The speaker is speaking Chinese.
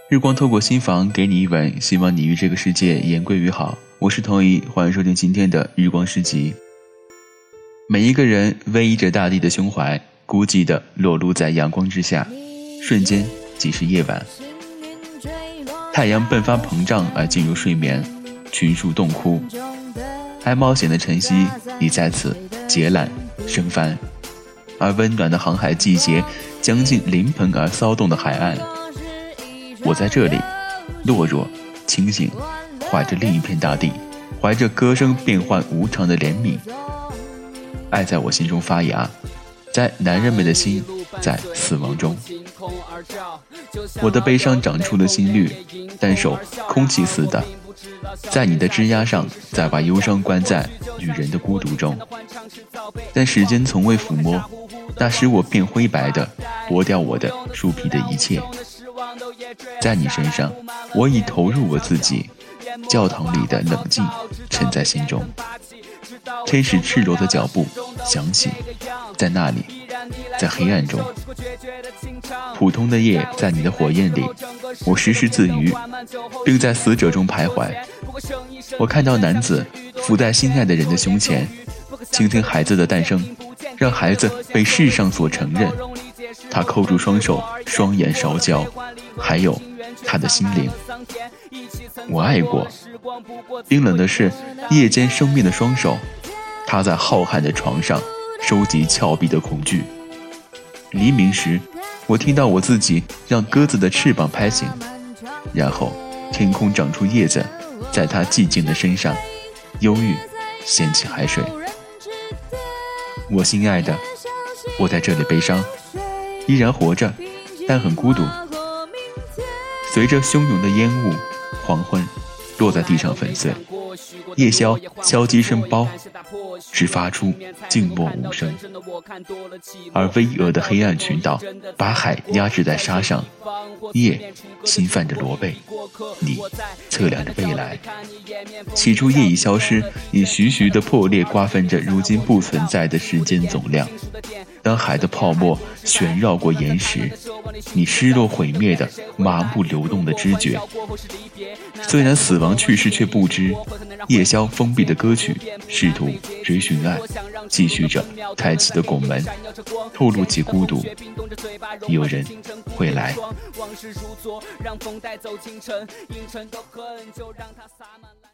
日光透过心房给你一吻，希望你与这个世界言归于好。我是童怡，欢迎收听今天的日光诗集。每一个人偎依着大地的胸怀，孤寂地裸露在阳光之下，瞬间即是夜晚。太阳迸发膨胀而进入睡眠，群树洞窟，爱冒险的晨曦已在此结缆生帆，而温暖的航海季节将近临盆而骚动的海岸。我在这里懦弱清醒，怀着另一片大地，怀着歌声变幻无常的怜悯。爱在我心中发芽，在男人们的心在死亡中。我的悲伤长出了新绿，单手空气似的，在你的枝桠上，再把忧伤关在女人的孤独中。但时间从未抚摸那使我变灰白的剥掉我的树皮的一切。在你身上，我已投入我自己，教堂里的冷静沉在心中，推使赤裸的脚步响起，在那里，在黑暗中，普通的夜在你的火焰里，我时时自娱，并在死者中徘徊。我看到男子伏在心爱的人的胸前，倾听孩子的诞生，让孩子被世上所承认。他扣住双手，双眼烧焦，还有他的心灵。我爱过，冰冷的是夜间生命的双手，他在浩瀚的床上收集峭壁的恐惧。黎明时，我听到我自己让鸽子的翅膀拍醒，然后天空长出叶子，在他寂静的身上忧郁掀起海水。我心爱的，我在这里悲伤，依然活着，但很孤独。随着汹涌的烟雾，黄昏落在地上粉碎，夜宵敲击声包，只发出静默无声。而巍峨的黑暗群岛把海压制在沙上，夜侵犯着罗贝，你测量着未来。起初夜已消失，以徐徐的破裂瓜分着如今不存在的时间总量。当海的泡沫旋绕过岩石，你失落毁灭的麻木流动的知觉。虽然死亡去世，却不知夜宵封闭的歌曲试图追寻爱，继续着开启的拱门，透露起孤独。有人会来。往事如昨，让风带走清晨，阴沉的恨就让它洒满了。